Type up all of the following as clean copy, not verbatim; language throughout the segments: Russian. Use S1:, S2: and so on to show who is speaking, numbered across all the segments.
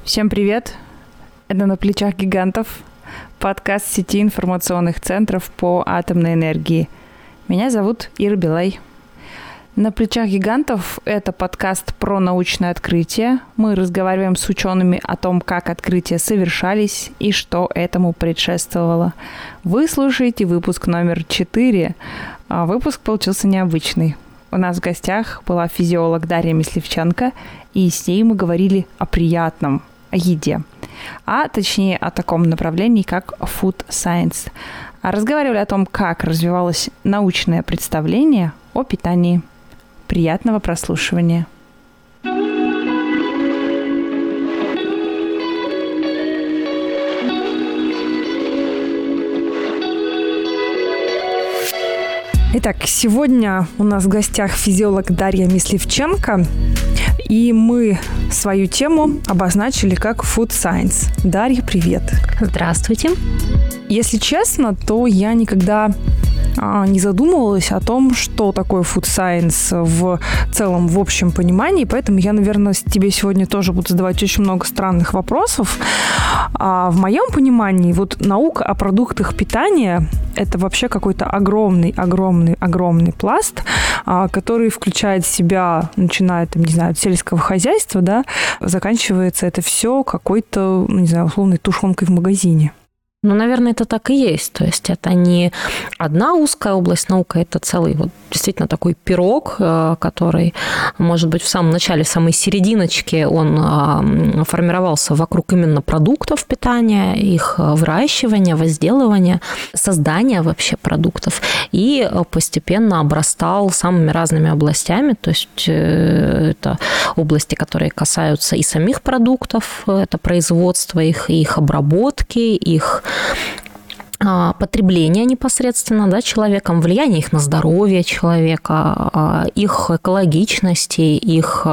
S1: Всем привет! Это «На плечах гигантов», подкаст сети информационных центров по атомной энергии. Меня зовут Ира Билай. «На плечах гигантов» — это подкаст про научное открытие. Мы разговариваем с учеными о том, как открытия совершались и что этому предшествовало. Вы слушаете выпуск номер 4. Выпуск получился необычный. У нас в гостях была физиолог Дарья Мислевченко, и с ней мы говорили о приятном, о еде, а точнее о таком направлении, как Food Science. Разговаривали о том, как развивалось научное представление о питании. Приятного прослушивания. Итак, сегодня у нас в гостях физиолог Дарья Мислевченко, и мы свою тему обозначили как Food Science. Дарья, привет.
S2: Здравствуйте.
S1: Если честно, то я никогда не задумывалась о том, что такое Food Science в целом, в общем понимании, поэтому я, наверное, тебе сегодня тоже буду задавать очень много странных вопросов. В моем понимании, вот наука о продуктах питания – это вообще какой-то огромный пласт, который включает в себя, начиная, там, не знаю, от сельского хозяйства, да, заканчивается это все какой-то, не знаю, условной тушенкой в магазине.
S2: Ну, наверное, это так и есть. То есть это не одна узкая область науки, это целый вот действительно такой пирог, который, может быть, в самом начале, в самой серединочке он формировался вокруг именно продуктов питания, их выращивания, возделывания, создания вообще продуктов, и постепенно обрастал самыми разными областями. То есть это области, которые касаются и самих продуктов, это производство их, и их обработки, их потребление непосредственно, да, человеком, влияние их на здоровье человека, их экологичности, их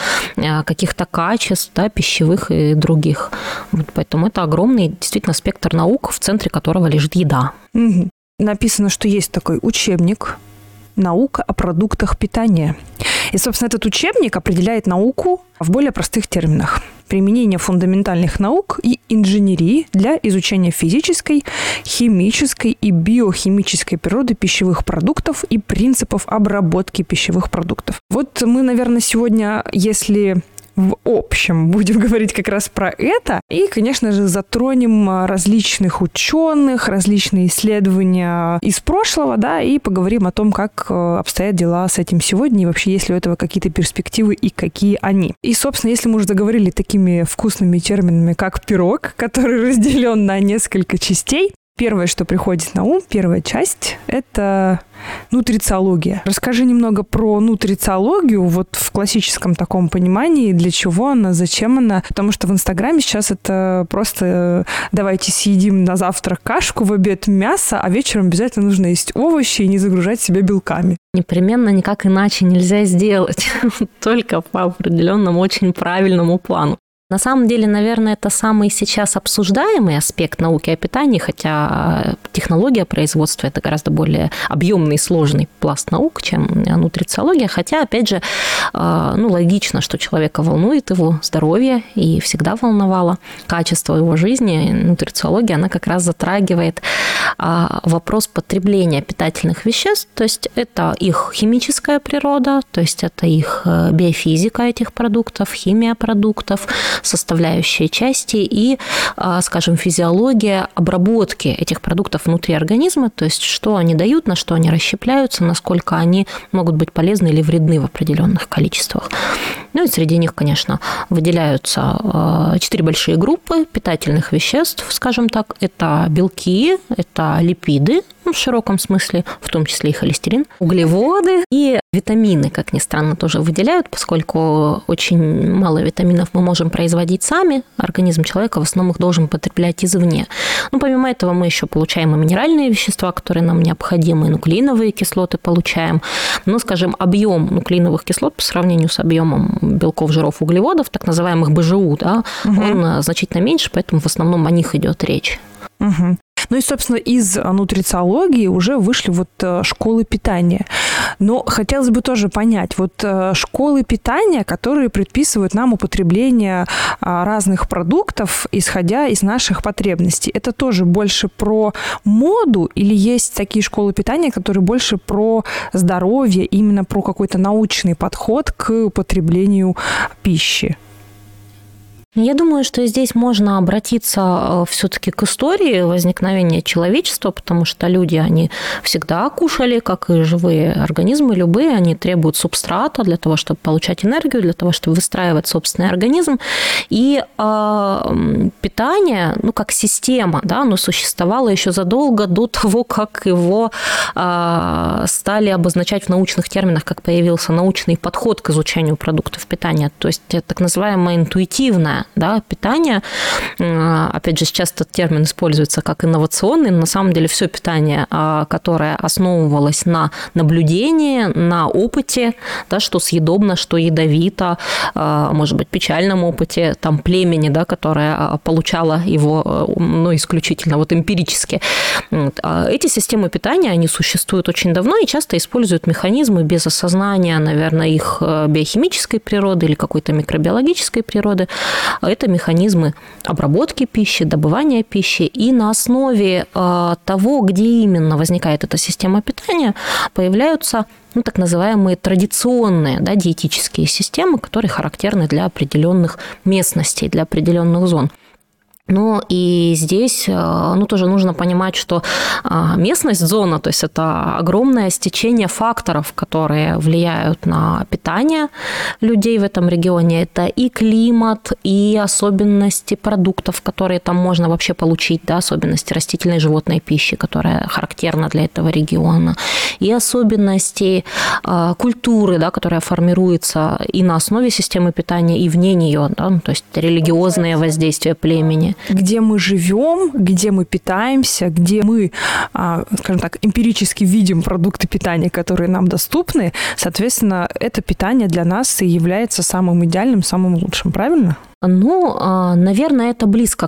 S2: каких-то качеств, да, пищевых и других. Вот поэтому это огромный действительно спектр наук, в центре которого лежит еда.
S1: Угу. Написано, что есть такой учебник «Наука о продуктах питания». И, собственно, этот учебник определяет науку в более простых терминах. Применение фундаментальных наук и инженерии для изучения физической, химической и биохимической природы пищевых продуктов и принципов обработки пищевых продуктов. Вот мы, наверное, сегодня, если в общем будем говорить как раз про это. И, конечно же, затронем различных ученых, различные исследования из прошлого, да, и поговорим о том, как обстоят дела с этим сегодня, и вообще есть ли у этого какие-то перспективы и какие они. И, собственно, если мы уже заговорили такими вкусными терминами, как пирог, который разделен на несколько частей, первое, что приходит на ум, первая часть – это нутрициология. Расскажи немного про нутрициологию вот в классическом таком понимании, для чего она, зачем она. Потому что в Инстаграме сейчас это просто давайте съедим на завтрак кашку, в обед мясо, а вечером обязательно нужно есть овощи и не загружать себя белками.
S2: Непременно никак иначе нельзя сделать, только по определенному очень правильному плану. На самом деле, наверное, это самый сейчас обсуждаемый аспект науки о питании, хотя технология производства – это гораздо более объемный и сложный пласт наук, чем нутрициология. Хотя, опять же, логично, что человека волнует его здоровье и всегда волновало качество его жизни. Нутрициология, она как раз затрагивает вопрос потребления питательных веществ, то есть это их химическая природа, то есть это их биофизика этих продуктов, химия продуктов, составляющие части и, скажем, физиология обработки этих продуктов внутри организма, то есть что они дают, на что они расщепляются, насколько они могут быть полезны или вредны в определенных количествах. Ну и среди них, конечно, выделяются 4 большие группы питательных веществ, скажем так. Это белки, это липиды, в широком смысле, в том числе и холестерин, углеводы и витамины, как ни странно, тоже выделяют, поскольку очень мало витаминов мы можем производить сами, организм человека в основном их должен потреблять извне. Но помимо этого мы еще получаем и минеральные вещества, которые нам необходимы, и нуклеиновые кислоты получаем. Но, скажем, объем нуклеиновых кислот по сравнению с объемом белков, жиров, углеводов, так называемых БЖУ, да, он значительно меньше, поэтому в основном о них идет речь.
S1: Угу. Ну и, собственно, из нутрициологии уже вышли вот школы питания. Но хотелось бы тоже понять, вот школы питания, которые предписывают нам употребление разных продуктов, исходя из наших потребностей, это тоже больше про моду или есть такие школы питания, которые больше про здоровье, именно про какой-то научный подход к употреблению пищи?
S2: Я думаю, что здесь можно обратиться все-таки к истории возникновения человечества, потому что люди, они всегда кушали, как и живые организмы, любые, они требуют субстрата для того, чтобы получать энергию, для того, чтобы выстраивать собственный организм. И питание, как система, да, оно существовало еще задолго до того, как его стали обозначать в научных терминах, как появился научный подход к изучению продуктов питания, то есть так называемое интуитивное, да, питание. Опять же, сейчас этот термин используется как инновационный, но на самом деле все питание, которое основывалось на наблюдении, на опыте, да, что съедобно, что ядовито, может быть, печальном опыте там, племени, да, которое получало его исключительно вот эмпирически. Эти системы питания, они существуют очень давно и часто используют механизмы без осознания, наверное, их биохимической природы или какой-то микробиологической природы. Это механизмы обработки пищи, добывания пищи. И на основе того, где именно возникает эта система питания, появляются так называемые традиционные, да, диетические системы, которые характерны для определенных местностей, для определенных зон. Но и здесь тоже нужно понимать, что местность, зона, то есть это огромное стечение факторов, которые влияют на питание людей в этом регионе. Это и климат, и особенности продуктов, которые там можно вообще получить, да, особенности растительной и животной пищи, которая характерна для этого региона, и особенности культуры, да, которая формируется и на основе системы питания, и вне нее, да, то есть религиозные воздействия племени.
S1: Где мы живем, где мы питаемся, где мы, скажем так, эмпирически видим продукты питания, которые нам доступны, соответственно, это питание для нас и является самым идеальным, самым лучшим, правильно?
S2: Наверное, это близко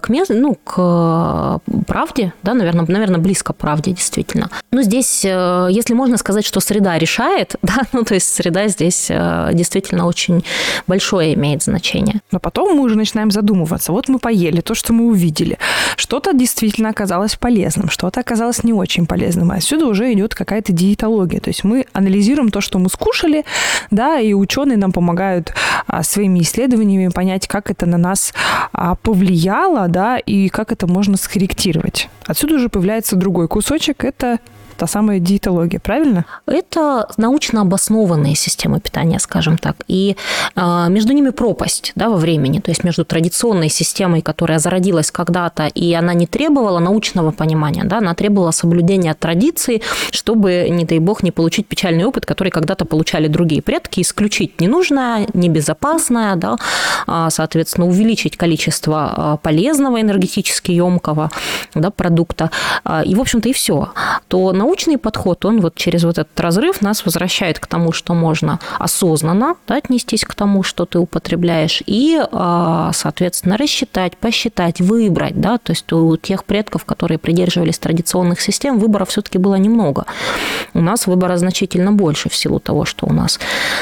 S2: к правде, да, наверное, близко к правде, действительно. Но здесь, если можно сказать, что среда решает, да, то есть среда здесь действительно очень большое имеет значение.
S1: Но потом мы уже начинаем задумываться. Вот мы поели то, что мы увидели. Что-то действительно оказалось полезным, что-то оказалось не очень полезным. А отсюда уже идет какая-то диетология. То есть мы анализируем то, что мы скушали, да, и ученые нам помогают своими исследованиями понять, как это на нас повлияло, да, и как это можно скорректировать. Отсюда уже появляется другой кусочек, это та самая диетология, правильно?
S2: Это научно обоснованные системы питания, скажем так. И между ними пропасть, да, во времени. То есть между традиционной системой, которая зародилась когда-то, и она не требовала научного понимания, да, она требовала соблюдения традиций, чтобы, не дай бог, не получить печальный опыт, который когда-то получали другие предки, исключить ненужное, небезопасное, да, соответственно, увеличить количество полезного, энергетически емкого, да, продукта. И, в общем-то, и все. То научный подход, он вот через вот этот разрыв нас возвращает к тому, что можно осознанно, да, отнестись к тому, что ты употребляешь, и, соответственно, рассчитать, посчитать, выбрать. Да, то есть у тех предков, которые придерживались традиционных систем, выбора все-таки было немного. У нас выбора значительно больше в силу того, что у нас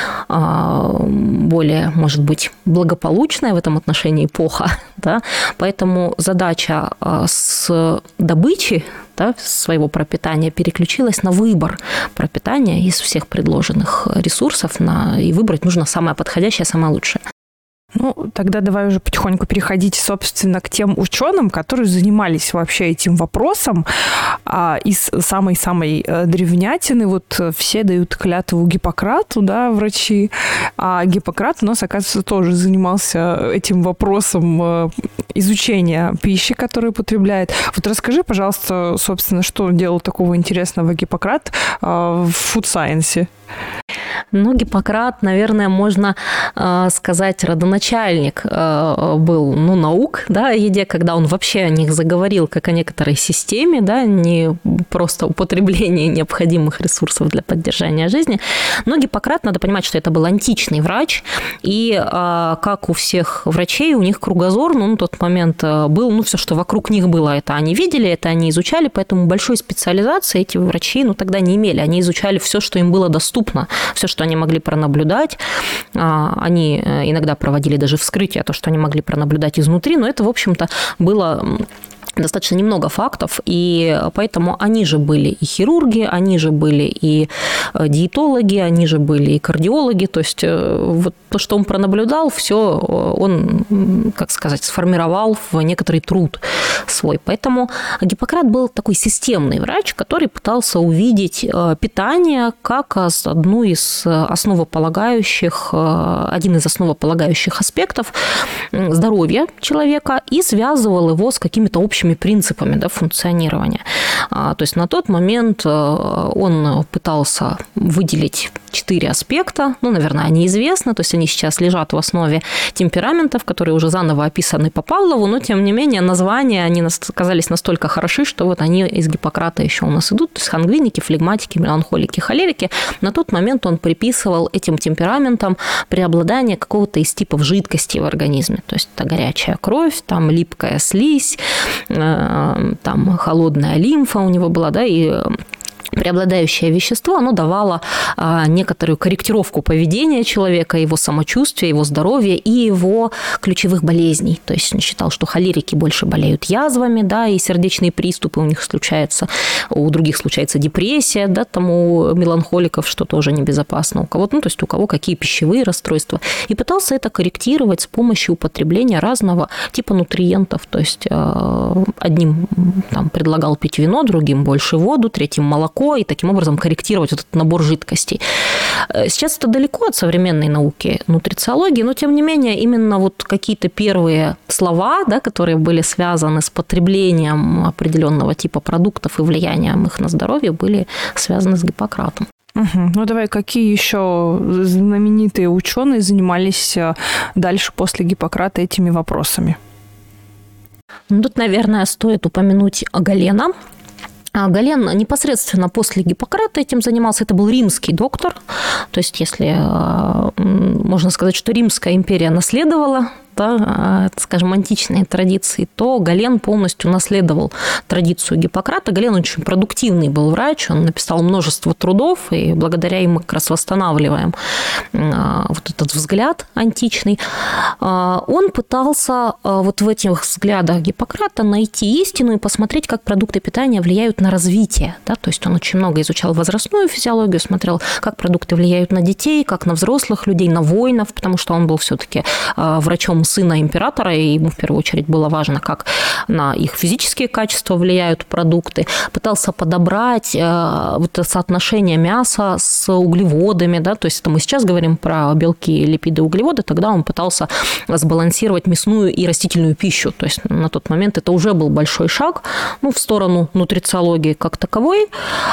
S2: более, может быть, благополучная в этом отношении эпоха. Да? Поэтому задача с добычи, да, своего пропитания переключилась на выбор пропитания из всех предложенных ресурсов, и выбрать нужно самое подходящее, самое лучшее.
S1: Тогда давай уже потихоньку переходить, собственно, к тем ученым, которые занимались вообще этим вопросом. Из самой-самой древнятины вот все дают клятву Гиппократу, да, врачи. А Гиппократ у нас, оказывается, тоже занимался этим вопросом изучения пищи, которую употребляет. Вот расскажи, пожалуйста, собственно, что делал такого интересного Гиппократ в фуд-сайенсе?
S2: Ну, Гиппократ, наверное, можно сказать, родоначальник был, наук, да, о еде, когда он вообще о них заговорил, как о некоторой системе, да, не просто употребление необходимых ресурсов для поддержания жизни. Но Гиппократ, надо понимать, что это был античный врач, и как у всех врачей, у них кругозор, на тот момент был, все, что вокруг них было, это они видели, это они изучали, поэтому большой специализации эти врачи, тогда не имели. Они изучали все, что им было доступно, все, что они могли пронаблюдать. Они иногда проводили даже вскрытие, то, что они могли пронаблюдать изнутри, но это, в общем-то, было достаточно немного фактов, и поэтому они же были и хирурги, они же были и диетологи, они же были и кардиологи, то есть вот то, что он пронаблюдал, все он, сформировал в некоторый труд свой. Поэтому Гиппократ был такой системный врач, который пытался увидеть питание как один из основополагающих аспектов здоровья человека и связывал его с какими-то общими принципами, да, функционирования. То есть на тот момент он пытался выделить 4 аспекта, наверное, они известны, то есть они сейчас лежат в основе темпераментов, которые уже заново описаны по Павлову, но тем не менее названия, они оказались настолько хороши, что вот они из Гиппократа еще у нас идут, то есть сангвиники, флегматики, меланхолики, холерики. На тот момент он приписывал этим темпераментам преобладание какого-то из типов жидкости в организме, то есть это горячая кровь, там липкая слизь, там холодная лимфа у него была, да, и преобладающее вещество, оно давало некоторую корректировку поведения человека, его самочувствия, его здоровья и его ключевых болезней. То есть он считал, что холерики больше болеют язвами, да, и сердечные приступы у них случаются, у других случается депрессия, да, там у меланхоликов, что тоже небезопасно у кого-то, то есть у кого какие пищевые расстройства. И пытался это корректировать с помощью употребления разного типа нутриентов. То есть одним там предлагал пить вино, другим больше воду, третьим молоко, и таким образом корректировать этот набор жидкостей. Сейчас это далеко от современной науки нутрициологии, но тем не менее именно вот какие-то первые слова, да, которые были связаны с потреблением определенного типа продуктов и влиянием их на здоровье, были связаны с Гиппократом.
S1: Ну, давай, какие еще знаменитые ученые занимались дальше после Гиппократа этими вопросами?
S2: Тут, наверное, стоит упомянуть Галена. Гален непосредственно после Гиппократа этим занимался. Это был римский доктор. То есть, если можно сказать, что Римская империя наследовала, да, скажем, античные традиции, то Гален полностью наследовал традицию Гиппократа. Гален очень продуктивный был врач, он написал множество трудов, и благодаря им мы как раз восстанавливаем вот этот взгляд античный. Он пытался вот в этих взглядах Гиппократа найти истину и посмотреть, как продукты питания влияют на развитие. Да? То есть он очень много изучал возрастную физиологию, смотрел, как продукты влияют на детей, как на взрослых людей, на воинов, потому что он был все-таки врачом сына императора, и ему в первую очередь было важно, как на их физические качества влияют продукты. Пытался подобрать вот соотношение мяса с углеводами, да, то есть это мы сейчас говорим про белки, липиды, углеводы, тогда он пытался сбалансировать мясную и растительную пищу, то есть на тот момент это уже был большой шаг, в сторону нутрициологии как таковой,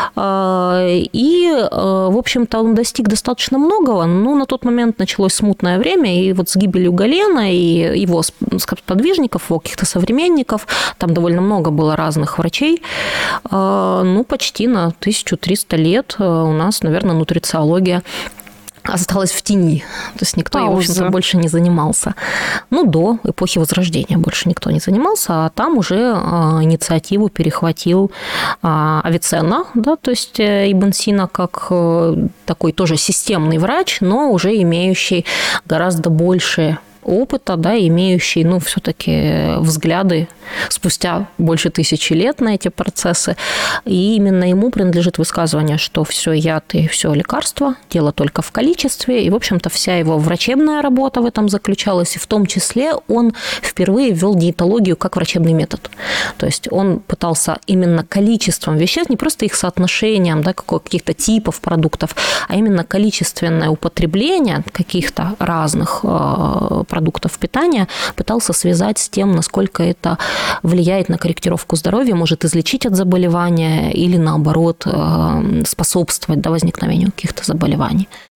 S2: и, в общем-то, он достиг достаточно многого, но на тот момент началось смутное время, и вот с гибелью Галена и его сподвижников, его каких-то современников, там довольно много было разных врачей, почти на 1300 лет у нас, наверное, нутрициология осталась в тени. То есть никто ей, в общем-то, больше не занимался. До эпохи Возрождения больше никто не занимался, а там уже инициативу перехватил Авиценна, да, то есть Ибн Сина как такой тоже системный врач, но уже имеющий гораздо больше опыта, да, имеющий, все-таки взгляды спустя больше 1000 лет на эти процессы. И именно ему принадлежит высказывание, что все яд и все лекарство, дело только в количестве. И, в общем-то, вся его врачебная работа в этом заключалась. И в том числе он впервые ввел диетологию как врачебный метод. То есть он пытался именно количеством веществ, не просто их соотношением, да, каких-то типов продуктов, а именно количественное употребление каких-то разных продуктов питания пытался связать с тем, насколько это влияет на корректировку здоровья, может излечить от заболевания или, наоборот, способствовать возникновению каких-то заболеваний.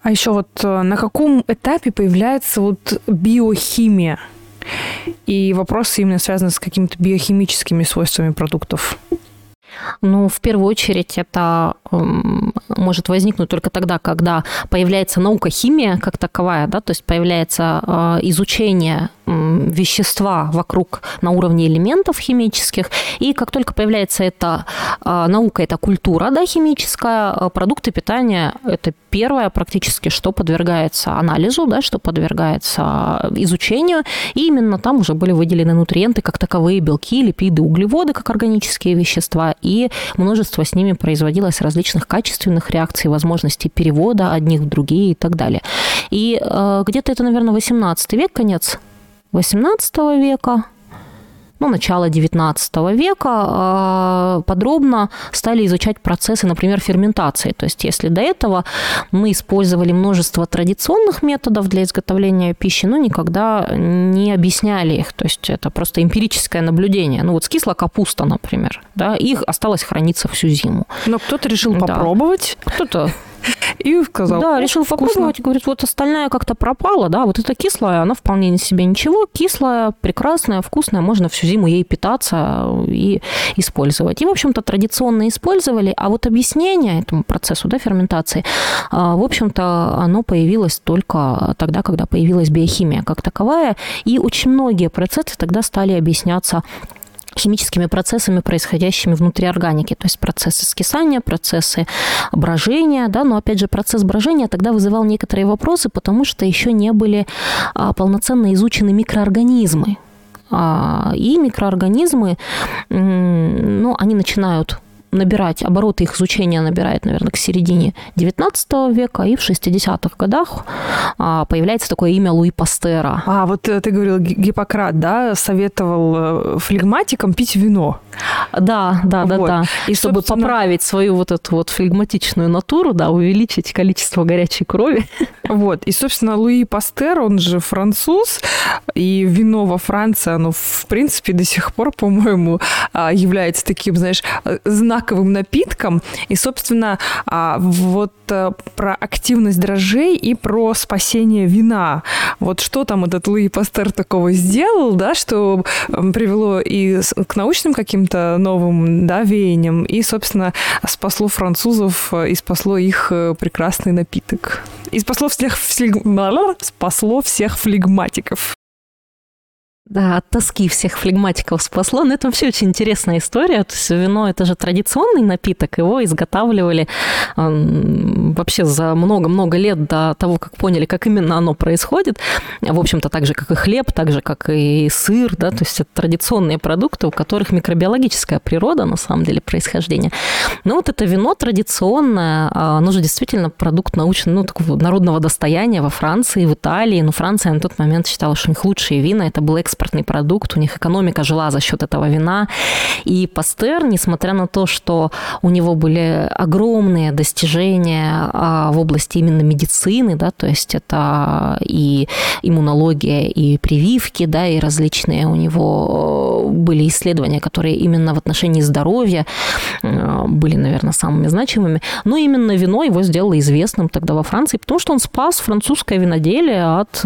S1: А еще вот на каком этапе появляется вот биохимия? И вопросы именно связаны с какими-то биохимическими свойствами продуктов.
S2: Ну, в первую очередь, это может возникнуть только тогда, когда появляется наука химия как таковая, да, то есть появляется изучение вещества вокруг на уровне элементов химических, и как только появляется эта наука, эта культура, да, химическая, продукты питания – это первое практически, что подвергается анализу, да, что подвергается изучению, и именно там уже были выделены нутриенты как таковые, белки, липиды, углеводы как органические вещества, и множество с ними производилось различных качественных реакций, возможностей перевода одних в другие и так далее. И где-то это, наверное, 18 век, конец 18 века, ну, начало 19 века подробно стали изучать процессы, например, ферментации. То есть если до этого мы использовали множество традиционных методов для изготовления пищи, но никогда не объясняли их. То есть это просто эмпирическое наблюдение. Ну вот скисла капуста, например, да, их осталось храниться всю зиму.
S1: Но кто-то решил попробовать.
S2: Кто-то...
S1: И сказал,
S2: да, решил попробовать, говорит, вот остальная как-то пропала, да, вот эта кислая, она вполне себе ничего, кислая, прекрасная, вкусная, можно всю зиму ей питаться и использовать. И, в общем-то, традиционно использовали, а вот объяснение этому процессу, да, ферментации, в общем-то, оно появилось только тогда, когда появилась биохимия как таковая, и очень многие процессы тогда стали объясняться химическими процессами, происходящими внутри органики, то есть процессы скисания, процессы брожения, да, но опять же процесс брожения тогда вызывал некоторые вопросы, потому что еще не были полноценно изучены микроорганизмы. И микроорганизмы, ну, они начинают набирать, обороты их изучения набирает, наверное, к середине 19 века, и в 60-х годах появляется такое имя Луи Пастера.
S1: Вот ты говорил, Гиппократ, да, советовал флегматикам пить вино.
S2: Да. И чтобы поправить свою вот эту вот флегматичную натуру, да, увеличить количество горячей крови.
S1: Вот. И, собственно, Луи Пастер, он же француз, и вино во Франции, оно, в принципе, до сих пор, по-моему, является таким, знаешь, знаковым напитком. И, собственно, вот про активность дрожжей и про спасение вина. Вот что там этот Луи Пастер такого сделал, да, что привело и к научным каким-то новым, да, веяниям, и, собственно, спасло французов, и спасло их прекрасный напиток. И спасло всех флегматиков.
S2: Да, от тоски всех флегматиков спасло. Но это вообще очень интересная история. То есть вино – это же традиционный напиток. Его изготавливали вообще за много-много лет до того, как поняли, как именно оно происходит. В общем-то, так же, как и хлеб, так же, как и сыр. Да? То есть это традиционные продукты, у которых микробиологическая природа, на самом деле, происхождения. Но вот это вино традиционное, оно же действительно продукт научного, ну, такого народного достояния во Франции, в Италии. Но Франция на тот момент считала, что у них лучшие вина – это был экспортный продукт, у них экономика жила за счет этого вина. И Пастер, несмотря на то, что у него были огромные достижения в области именно медицины, да, то есть это и иммунология, и прививки, да, и различные у него были исследования, которые именно в отношении здоровья были, наверное, самыми значимыми. Но именно вино его сделало известным тогда во Франции, потому что он спас французское виноделие от,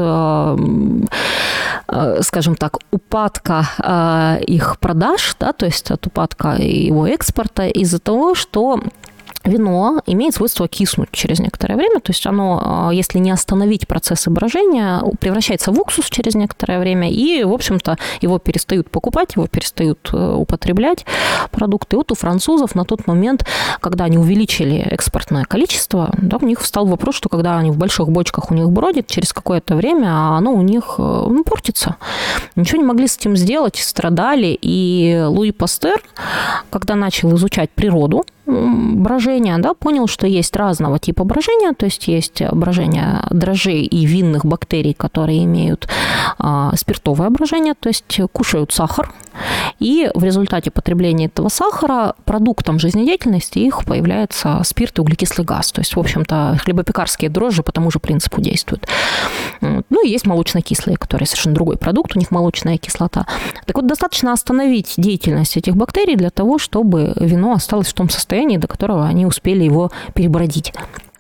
S2: скажем так, упадка их продаж, да, то есть от упадка его экспорта из-за того, что вино имеет свойство киснуть через некоторое время, то есть оно, если не остановить процессы брожения, превращается в уксус через некоторое время, и, в общем-то, его перестают покупать, его перестают употреблять продукты. И вот у французов на тот момент, когда они увеличили экспортное количество, да, у них встал вопрос, что когда они в больших бочках у них бродит, через какое-то время оно у них портится. Ничего не могли с этим сделать, страдали, и Луи Пастер, когда начал изучать природу брожения, да, понял, что есть разного типа брожения, то есть есть брожение дрожжей и винных бактерий, которые имеют спиртовое брожение, то есть кушают сахар, и в результате потребления этого сахара продуктом жизнедеятельности их появляется спирт и углекислый газ, то есть, в общем-то, хлебопекарские дрожжи по тому же принципу действуют. Ну и есть молочно-кислые, которые совершенно другой продукт, у них молочная кислота. Так вот, достаточно остановить деятельность этих бактерий для того, чтобы вино осталось в том состоянии, до которого они успели его перебродить.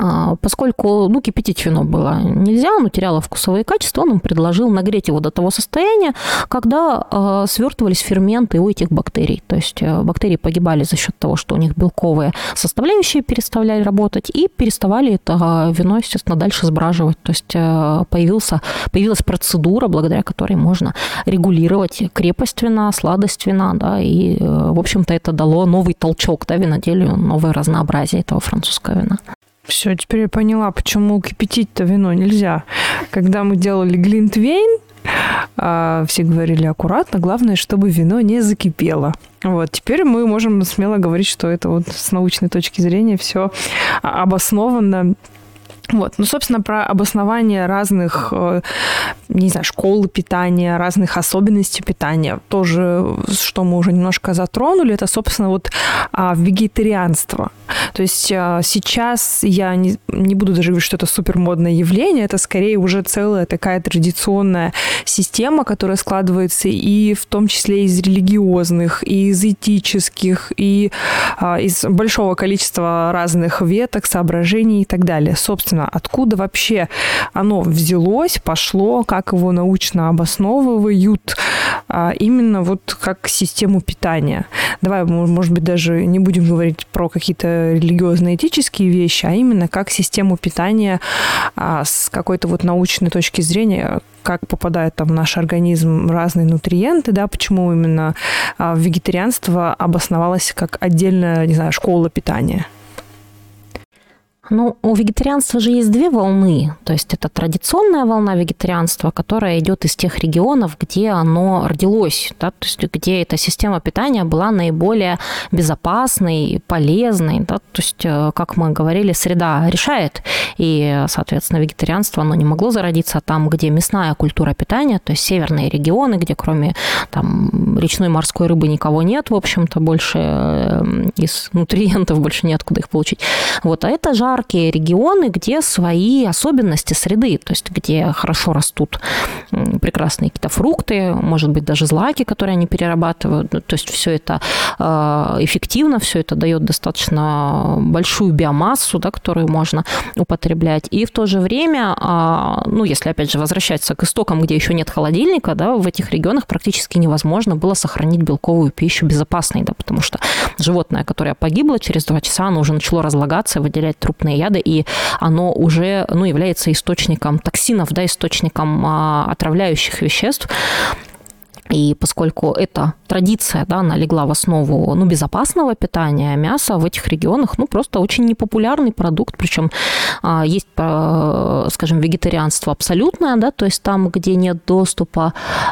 S2: Поскольку, кипятить вино было нельзя, оно теряло вкусовые качества, он им предложил нагреть его до того состояния, когда свертывались ферменты у этих бактерий. То есть бактерии погибали за счет того, что у них белковые составляющие переставляли работать, и переставали это вино, естественно, дальше сбраживать. То есть появилась процедура, благодаря которой можно регулировать крепость вина, сладость вина, да, и, в общем-то, это дало новый толчок, да, виноделию, новое разнообразие этого французского вина.
S1: Все, теперь я поняла, почему кипятить-то вино нельзя. Когда мы делали глинтвейн, все говорили аккуратно, главное, чтобы вино не закипело. Вот, теперь мы можем смело говорить, что это вот с научной точки зрения все обосновано. Вот. Собственно, про обоснование разных, школ питания, разных особенностей питания, тоже, что мы уже немножко затронули, это, собственно, вегетарианство. То есть сейчас я не буду даже говорить, что это супермодное явление, это скорее уже целая такая традиционная система, которая складывается и в том числе из религиозных, и из этических, и из большого количества разных веток, соображений и так далее. Собственно, откуда вообще оно взялось, пошло, как его научно обосновывают, именно вот как систему питания. Давай, может быть, даже не будем говорить про какие-то религиозно-этические вещи, а именно как систему питания с какой-то вот научной точки зрения, как попадают там в наш организм разные нутриенты, да, почему именно вегетарианство обосновалось как отдельная, школа питания.
S2: У вегетарианства же есть две волны. То есть это традиционная волна вегетарианства, которая идет из тех регионов, где оно родилось, да, то есть где эта система питания была наиболее безопасной, полезной. Да, то есть, как мы говорили, среда решает. И, соответственно, вегетарианство оно не могло зародиться там, где мясная культура питания, то есть северные регионы, где кроме там, речной морской рыбы никого нет, в общем-то, больше из нутриентов больше неоткуда их получить. Вот, а это жаркие регионы, где свои особенности среды, то есть где хорошо растут прекрасные какие-то фрукты, может быть, даже злаки, которые они перерабатывают. То есть все это эффективно, все это дает достаточно большую биомассу, да, которую можно употреблять. И в то же время, если, опять же, возвращаться к истокам, где еще нет холодильника, да, в этих регионах практически невозможно было сохранить белковую пищу безопасной, да, потому что животное, которое погибло, через 2 часа оно уже начало разлагаться, выделять трупные яды, и оно уже является источником токсинов, да, источником отравляющих веществ. И поскольку эта традиция, да, она легла в основу безопасного питания, мясо в этих регионах просто очень непопулярный продукт. Причем есть, скажем, вегетарианство абсолютное, да, то есть там, где нет доступа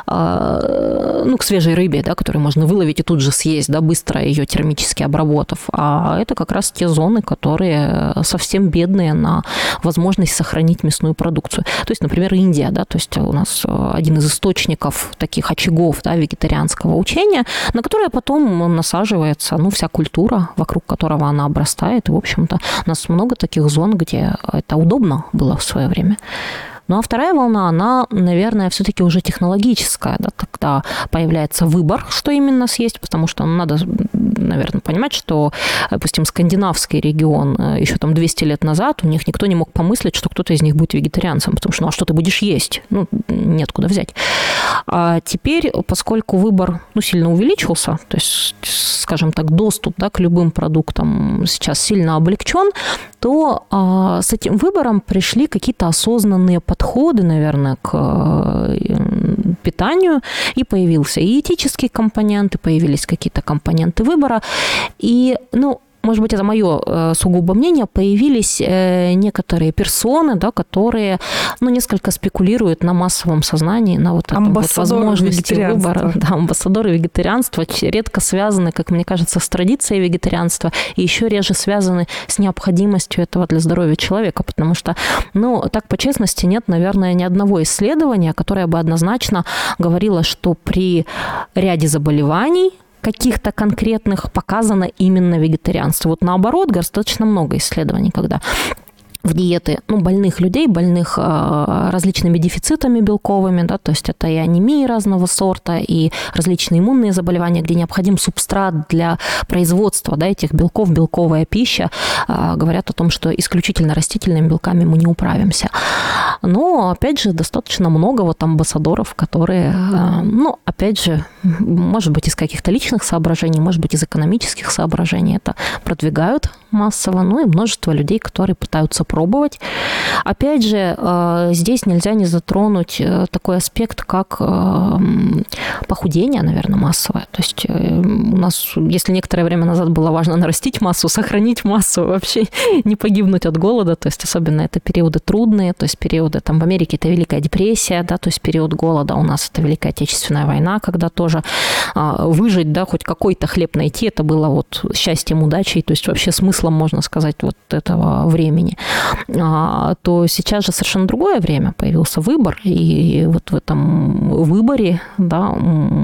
S2: к свежей рыбе, да, которую можно выловить и тут же съесть, да, быстро ее термически обработав. А это как раз те зоны, которые совсем бедные на возможность сохранить мясную продукцию. То есть, например, Индия, да, то есть у нас один из источников таких очагов, да, вегетарианского учения, на которое потом насаживается вся культура, вокруг которого она обрастает. И, в общем-то, у нас много таких зон, где это удобно было в свое время. Ну, а вторая волна, она, наверное, все-таки уже технологическая, да, тогда появляется выбор, что именно съесть, потому что надо, наверное, понимать, что, допустим, скандинавский регион еще там 200 лет назад, у них никто не мог помыслить, что кто-то из них будет вегетарианцем, потому что, а что ты будешь есть? Нет куда взять. А теперь, поскольку выбор, сильно увеличился, то есть, скажем так, доступ, да, к любым продуктам сейчас сильно облегчен, то с этим выбором пришли какие-то осознанные подходы, наверное, к питанию, и появился и этический компонент, и появились какие-то компоненты выбора, и, может быть, это мое сугубо мнение, появились некоторые персоны, да, которые, несколько спекулируют на массовом сознании, на вот этом вот возможности выбора. Да, амбассадоры вегетарианства редко связаны, как мне кажется, с традицией вегетарианства, и еще реже связаны с необходимостью этого для здоровья человека, потому что, так по честности, нет, наверное, ни одного исследования, которое бы однозначно говорило, что при ряде заболеваний каких-то конкретных показано именно вегетарианство. Вот наоборот, достаточно много исследований, когда в диеты больных людей, больных различными дефицитами белковыми, да, то есть это и анемии разного сорта, и различные иммунные заболевания, где необходим субстрат для производства, да, этих белков, белковая пища, говорят о том, что исключительно растительными белками мы не управимся. Но, опять же, достаточно много вот амбассадоров, которые, опять же, может быть, из каких-то личных соображений, может быть, из экономических соображений это продвигают массово, и множество людей, которые пытаются пробовать. Опять же, здесь нельзя не затронуть такой аспект, как похудение, наверное, массовое. То есть у нас, если некоторое время назад было важно нарастить массу, сохранить массу, вообще не погибнуть от голода, то есть особенно это периоды трудные, то есть периоды, там в Америке это Великая депрессия, да, то есть период голода, у нас это Великая Отечественная война, когда тоже выжить, да, хоть какой-то хлеб найти, это было вот счастьем, удачей, то есть вообще смыслом, можно сказать, вот этого времени. То сейчас же совершенно другое время, появился выбор, и вот в этом выборе, да,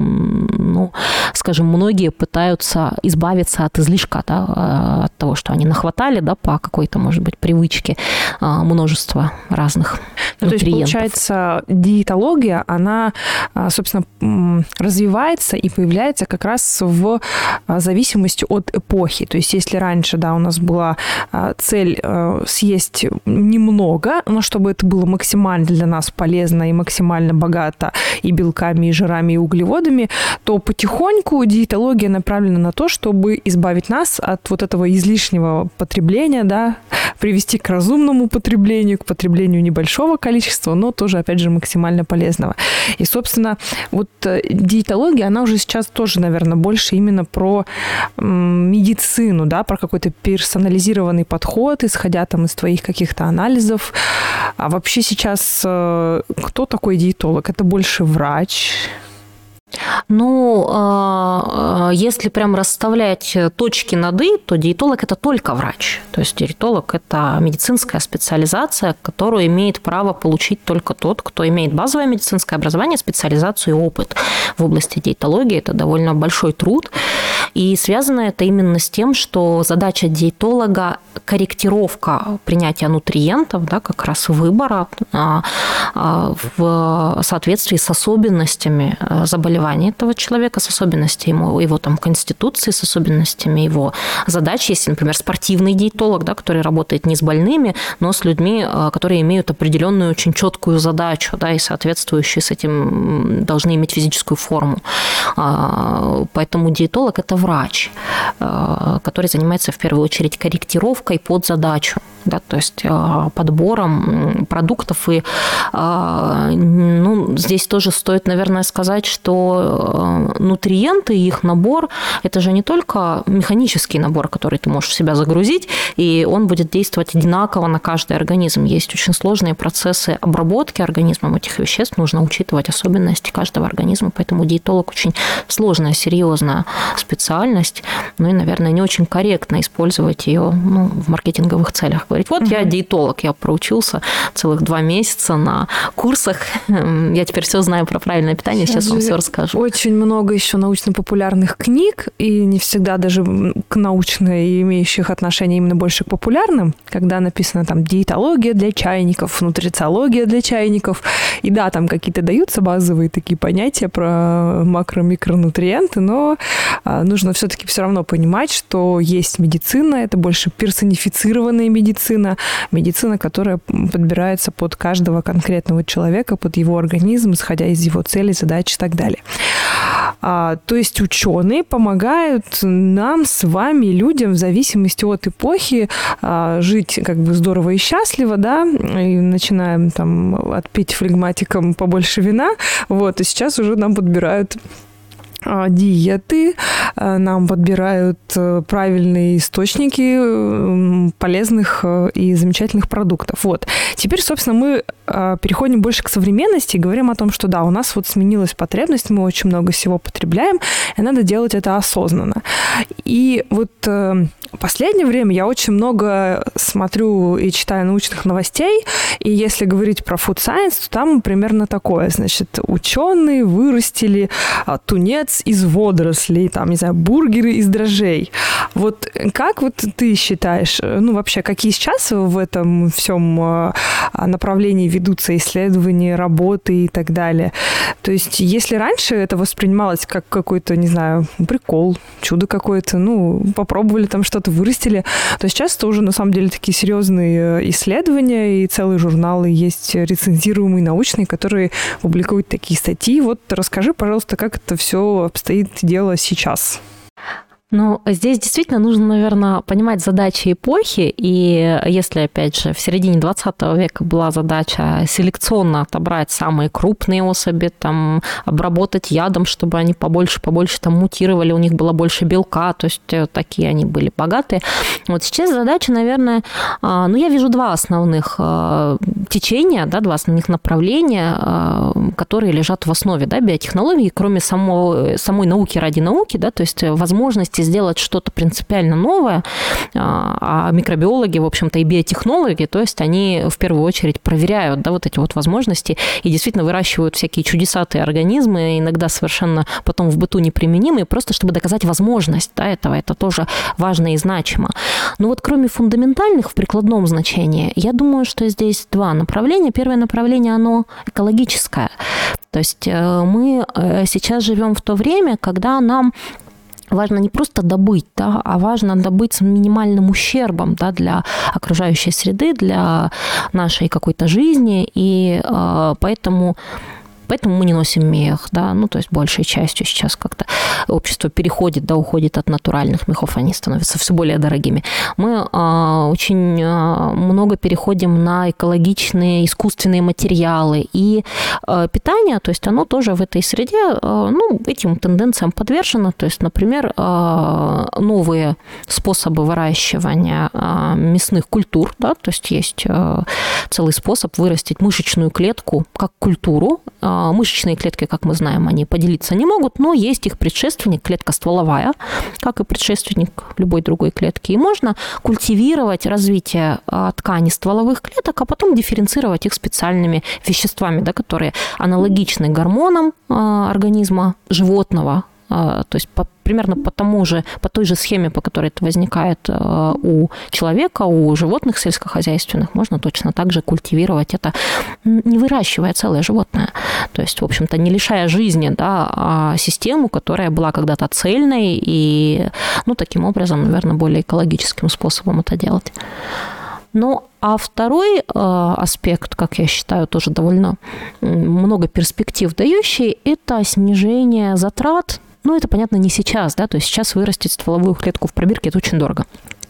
S2: скажем, многие пытаются избавиться от излишка, да, от того, что они нахватали, да, по какой-то, может быть, привычке множество разных нутриентов.
S1: То есть, получается, диетология, она, собственно, развивается и появляется как раз в зависимости от эпохи. То есть, если раньше, да, у нас была цель съесть немного, но чтобы это было максимально для нас полезно и максимально богато и белками, и жирами, и углеводами, то потихоньку диетология направлена на то, чтобы избавить нас от вот этого излишнего потребления, да, привести к разумному потреблению, к потреблению небольшого количества, но тоже, опять же, максимально полезного. И, собственно, вот диетология, она уже сейчас тоже, наверное, больше именно про медицину, да, про какой-то персонализированный подход, исходя там из твоих каких-то анализов. А вообще сейчас кто такой диетолог? Это больше врач?
S2: Если прям расставлять точки над «и», то диетолог – это только врач. То есть диетолог – это медицинская специализация, которую имеет право получить только тот, кто имеет базовое медицинское образование, специализацию и опыт в области диетологии. Это довольно большой труд. И связано это именно с тем, что задача диетолога – корректировка принятия нутриентов, да, как раз выбора в соответствии с особенностями заболеваний этого человека, с особенностями его там, конституции, с особенностями его задач. Есть, например, спортивный диетолог, да, который работает не с больными, но с людьми, которые имеют определенную очень четкую задачу, да, и соответствующие с этим должны иметь физическую форму. Поэтому диетолог – это врач, который занимается в первую очередь корректировкой под задачу, да, то есть подбором продуктов. И здесь тоже стоит, наверное, сказать, что нутриенты и их набор – это же не только механический набор, который ты можешь в себя загрузить, и он будет действовать одинаково на каждый организм. Есть очень сложные процессы обработки организмом этих веществ, нужно учитывать особенности каждого организма, поэтому диетолог очень сложная, серьезная специальность, и, наверное, не очень корректно использовать ее в маркетинговых целях. Говорить, вот я диетолог, я проучился целых 2 месяца на курсах, я теперь все знаю про правильное питание, сейчас вам все расскажу.
S1: Очень много еще научно-популярных книг, и не всегда даже к научной, имеющих отношение именно больше к популярным, когда написано там диетология для чайников, нутрициология для чайников, и да, там какие-то даются базовые такие понятия про макро-микронутриенты, но нужно все-таки все равно понимать, что есть медицина, это больше персонифицированная медицина, которая подбирается под каждого конкретного человека, под его организм, исходя из его целей, задач и так далее. То есть ученые помогают нам с вами, людям, в зависимости от эпохи, жить как бы здорово и счастливо, да, и начинаем там отпить флегматиком побольше вина, вот, и сейчас уже нам подбирают диеты, нам подбирают правильные источники полезных и замечательных продуктов. Вот. Теперь, собственно, мы переходим больше к современности и говорим о том, что да, у нас вот сменилась потребность, мы очень много всего потребляем, и надо делать это осознанно. И вот в последнее время я очень много смотрю и читаю научных новостей, и если говорить про food science, то там примерно такое, значит, ученые вырастили тунец из водорослей, там, не знаю, знаю, бургеры из дрожжей. Вот как вот ты считаешь, вообще, какие сейчас в этом всем направлении ведутся исследования, работы и так далее? То есть, если раньше это воспринималось как какой-то, не знаю, прикол, чудо какое-то, попробовали там что-то, вырастили, то сейчас это уже, на самом деле, такие серьезные исследования, и целые журналы есть рецензируемые, научные, которые публикуют такие статьи. Вот расскажи, пожалуйста, как это все обстоит дело сейчас.
S2: Здесь действительно нужно, наверное, понимать задачи эпохи, и если, опять же, в середине 20 века была задача селекционно отобрать самые крупные особи, там, обработать ядом, чтобы они побольше там мутировали, у них было больше белка, то есть такие они были богатые. Вот сейчас задача, наверное, я вижу два основных течения, два основных направления, которые лежат в основе биотехнологии, кроме самой науки ради науки, то есть возможности сделать что-то принципиально новое, а микробиологи, в общем-то, и биотехнологи, то есть они в первую очередь проверяют вот эти вот возможности и действительно выращивают всякие чудесатые организмы, иногда совершенно потом в быту неприменимые, просто чтобы доказать возможность этого. Это тоже важно и значимо. Но вот кроме фундаментальных в прикладном значении, я думаю, что здесь два направления. Первое направление, оно экологическое. То есть мы сейчас живем в то время, когда нам важно не просто добыть, а важно добыть с минимальным ущербом для окружающей среды, для нашей какой-то жизни, и поэтому мы не носим мех, то есть большей частью сейчас как-то общество переходит, уходит от натуральных мехов, они становятся все более дорогими. Мы очень много переходим на экологичные, искусственные материалы, и питание, то есть оно тоже в этой среде, этим тенденциям подвержено, то есть, например, новые способы выращивания мясных культур, то есть есть целый способ вырастить мышечную клетку как культуру. Мышечные клетки, как мы знаем, они поделиться не могут, но есть их предшественник, клетка стволовая, как и предшественник любой другой клетки. И можно культивировать развитие тканей стволовых клеток, а потом дифференцировать их специальными веществами, которые аналогичны гормонам организма животного, то есть примерно по той же схеме, по которой это возникает у человека, у животных сельскохозяйственных, можно точно так же культивировать это, не выращивая целое животное. То есть, в общем-то, не лишая жизни систему, которая была когда-то цельной, и таким образом, наверное, более экологическим способом это делать. А второй аспект, как я считаю, тоже довольно много перспектив дающий, это снижение затрат. Это, понятно, не сейчас, то есть сейчас вырастить стволовую клетку в пробирке – это очень дорого.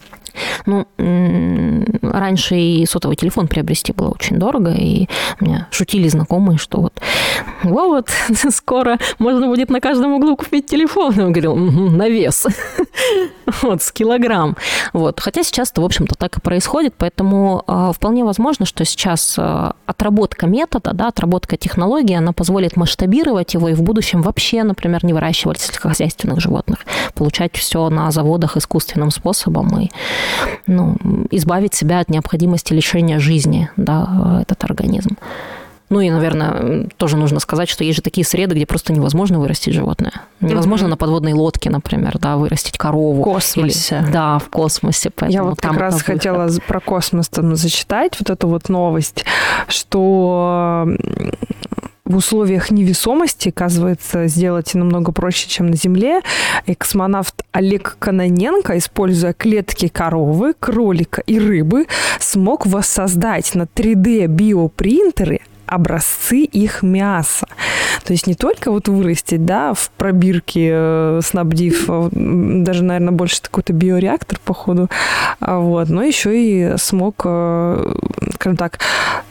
S2: Раньше и сотовый телефон приобрести было очень дорого, и меня шутили знакомые, что скоро можно будет на каждом углу купить телефон. Я говорил, на вес, с килограмм. Хотя сейчас-то, в общем-то, так и происходит, поэтому вполне возможно, что сейчас отработка метода, отработка технологии, она позволит масштабировать его и в будущем вообще, например, не выращивать сельскохозяйственных животных, получать все на заводах искусственным способом и избавить себя от необходимости лишения жизни, этот организм. И, наверное, тоже нужно сказать, что есть же такие среды, где просто невозможно вырастить животное. Невозможно на подводной лодке, например, вырастить корову.
S1: В космосе.
S2: В космосе.
S1: Я как раз хотела про космос зачитать эту новость, что в условиях невесомости, оказывается, сделать намного проще, чем на Земле. И космонавт Олег Кононенко, используя клетки коровы, кролика и рыбы, смог воссоздать на 3D-биопринтеры образцы их мяса. То есть не только вырастить, в пробирке, снабдив, даже, наверное, больше какой-то биореактор, походу, но еще и смог, скажем так,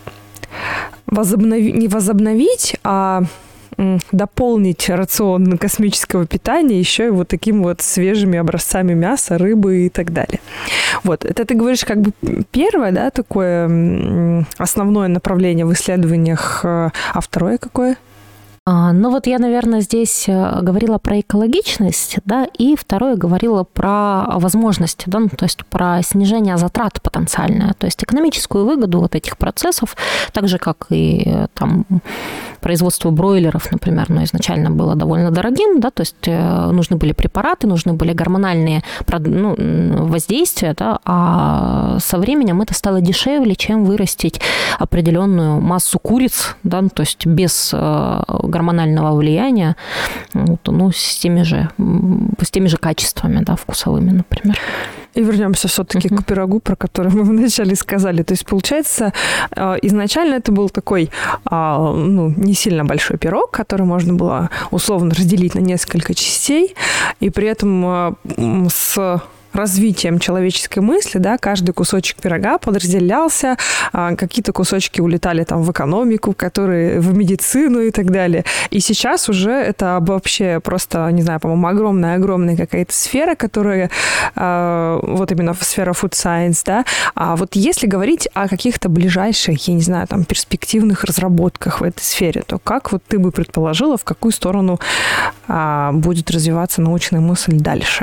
S1: не возобновить, а дополнить рацион космического питания еще и таким свежими образцами мяса, рыбы и так далее. Это ты говоришь как бы первое, такое основное направление в исследованиях, а второе какое?
S2: Ну вот я, наверное, здесь говорила про экологичность, да, и второе говорила про возможности, да, ну, то есть про снижение затрат потенциальное, то есть экономическую выгоду вот этих процессов, так же, как и там производство бройлеров, например, но изначально было довольно дорогим, да, то есть нужны были препараты, нужны были гормональные воздействия, да, а со временем это стало дешевле, чем вырастить определенную массу куриц, да, то есть без гормонального влияния, ну, с теми же качествами, да, вкусовыми, например.
S1: И вернемся все-таки к пирогу, про который мы вначале сказали. То есть, получается, изначально это был такой, не сильно большой пирог, который можно было условно разделить на несколько частей, и при этом с развитием человеческой мысли, да, каждый кусочек пирога подразделялся, какие-то кусочки улетали там в экономику, которые в медицину и так далее. И сейчас уже это вообще просто, не знаю, по-моему, огромная какая-то сфера, которая вот именно сфера food science, да. А вот если говорить о каких-то ближайших, я не знаю, там, перспективных разработках в этой сфере, то как вот ты бы предположила, в какую сторону будет развиваться научная мысль дальше?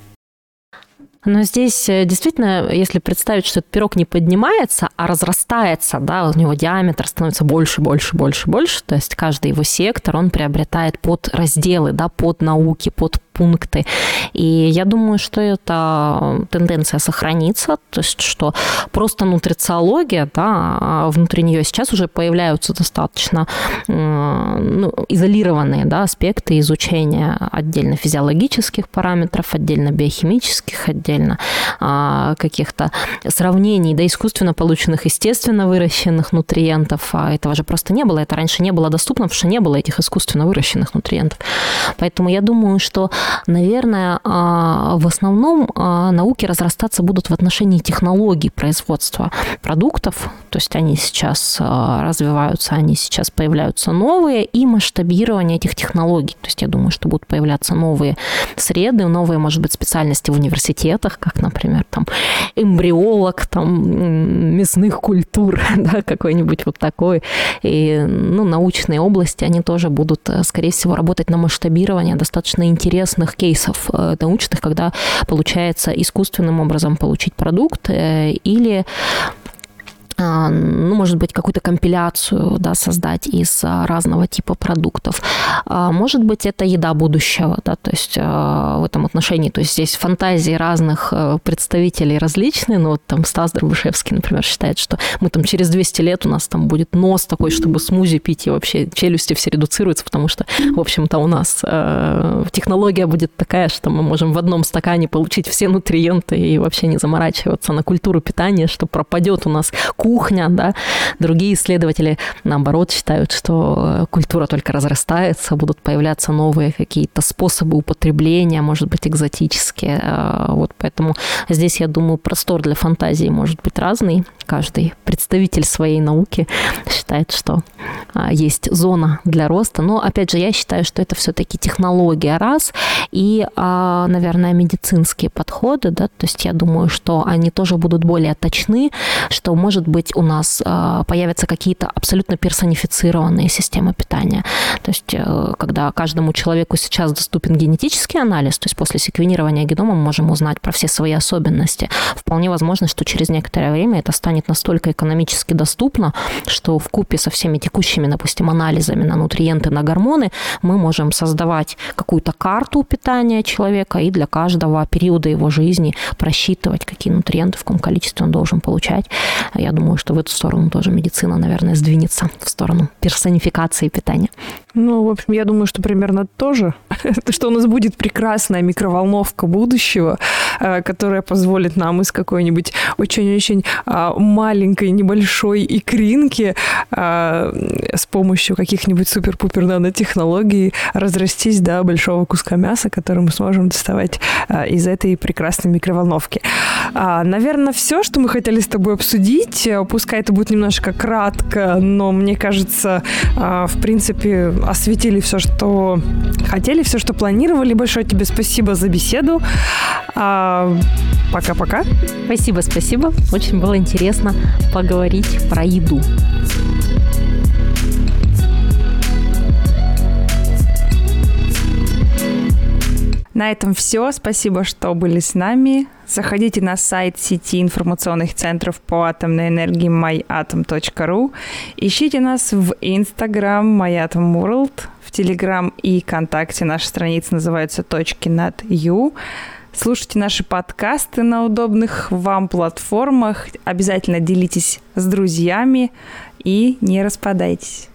S2: Но здесь действительно, если представить, что этот пирог не поднимается, а разрастается, да, у него диаметр становится больше, то есть каждый его сектор, он приобретает подразделы, да, под науки, под пункты. И я думаю, что эта тенденция сохранится, то есть что просто нутрициология, да, внутри нее сейчас уже появляются достаточно изолированные, да, аспекты изучения отдельно физиологических параметров, отдельно биохимических, отдельно каких-то сравнений, да, искусственно полученных, естественно выращенных нутриентов. А этого же просто не было. Это раньше не было доступно, потому что не было этих искусственно выращенных нутриентов. Поэтому я думаю, что, наверное, в основном науки разрастаться будут в отношении технологий производства продуктов. То есть они сейчас развиваются, они сейчас появляются новые, и масштабирование этих технологий. То есть я думаю, что будут появляться новые среды, новые, может быть, специальности в университетах, как, например, там, эмбриолог, там, мясных культур, да, какой-нибудь вот такой. И, научные области, они тоже будут, скорее всего, работать на масштабирование достаточно интересных кейсов научных, когда получается искусственным образом получить продукт или может быть, какую-то компиляцию, да, создать из разного типа продуктов. Может быть, это еда будущего, да, то есть в этом отношении, то есть здесь фантазии разных представителей различные, но вот там Стас Дробышевский, например, считает, что мы там через 200 лет у нас там будет нос такой, чтобы смузи пить, и вообще челюсти все редуцируются, потому что, в общем-то, у нас технология будет такая, что мы можем в одном стакане получить все нутриенты и вообще не заморачиваться на культуру питания, что пропадет у нас кухня, да. Другие исследователи, наоборот, считают, что культура только разрастается, будут появляться новые какие-то способы употребления, может быть, экзотические. Вот поэтому здесь, я думаю, простор для фантазии может быть разный. Каждый представитель своей науки считает, что есть зона для роста. Но, опять же, я считаю, что это все-таки технология раз, и, наверное, медицинские подходы, да, то есть я думаю, что они тоже будут более точны, что, может быть, у нас появятся какие-то абсолютно персонифицированные системы питания. То есть, когда каждому человеку сейчас доступен генетический анализ, то есть после секвенирования генома мы можем узнать про все свои особенности, вполне возможно, что через некоторое время это станет настолько экономически доступно, что вкупе со всеми текущими, допустим, анализами на нутриенты, на гормоны, мы можем создавать какую-то карту питания человека и для каждого периода его жизни просчитывать, какие нутриенты, в каком количестве он должен получать. Я думаю, что в эту сторону тоже медицина, наверное, сдвинется, в сторону персонификации питания.
S1: В общем, я думаю, что примерно то же, что у нас будет прекрасная микроволновка будущего, которая позволит нам из какой-нибудь очень-очень маленькой, небольшой икринки с помощью каких-нибудь супер-пупер нанотехнологий разрастись до большого куска мяса, который мы сможем доставать из этой прекрасной микроволновки. Наверное, все, что мы хотели с тобой обсудить. Пускай это будет немножко кратко, но мне кажется, в принципе, осветили все, что хотели, все, что планировали. Большое тебе спасибо за беседу. Пока-пока.
S2: Спасибо. Очень было интересно поговорить про еду.
S1: На этом все. Спасибо, что были с нами. Заходите на сайт сети информационных центров по атомной энергии myatom.ru. Ищите нас в Instagram myatomworld, в Telegram и ВКонтакте. Наши страницы называются «Точки над Ю». Слушайте наши подкасты на удобных вам платформах. Обязательно делитесь с друзьями и не распадайтесь.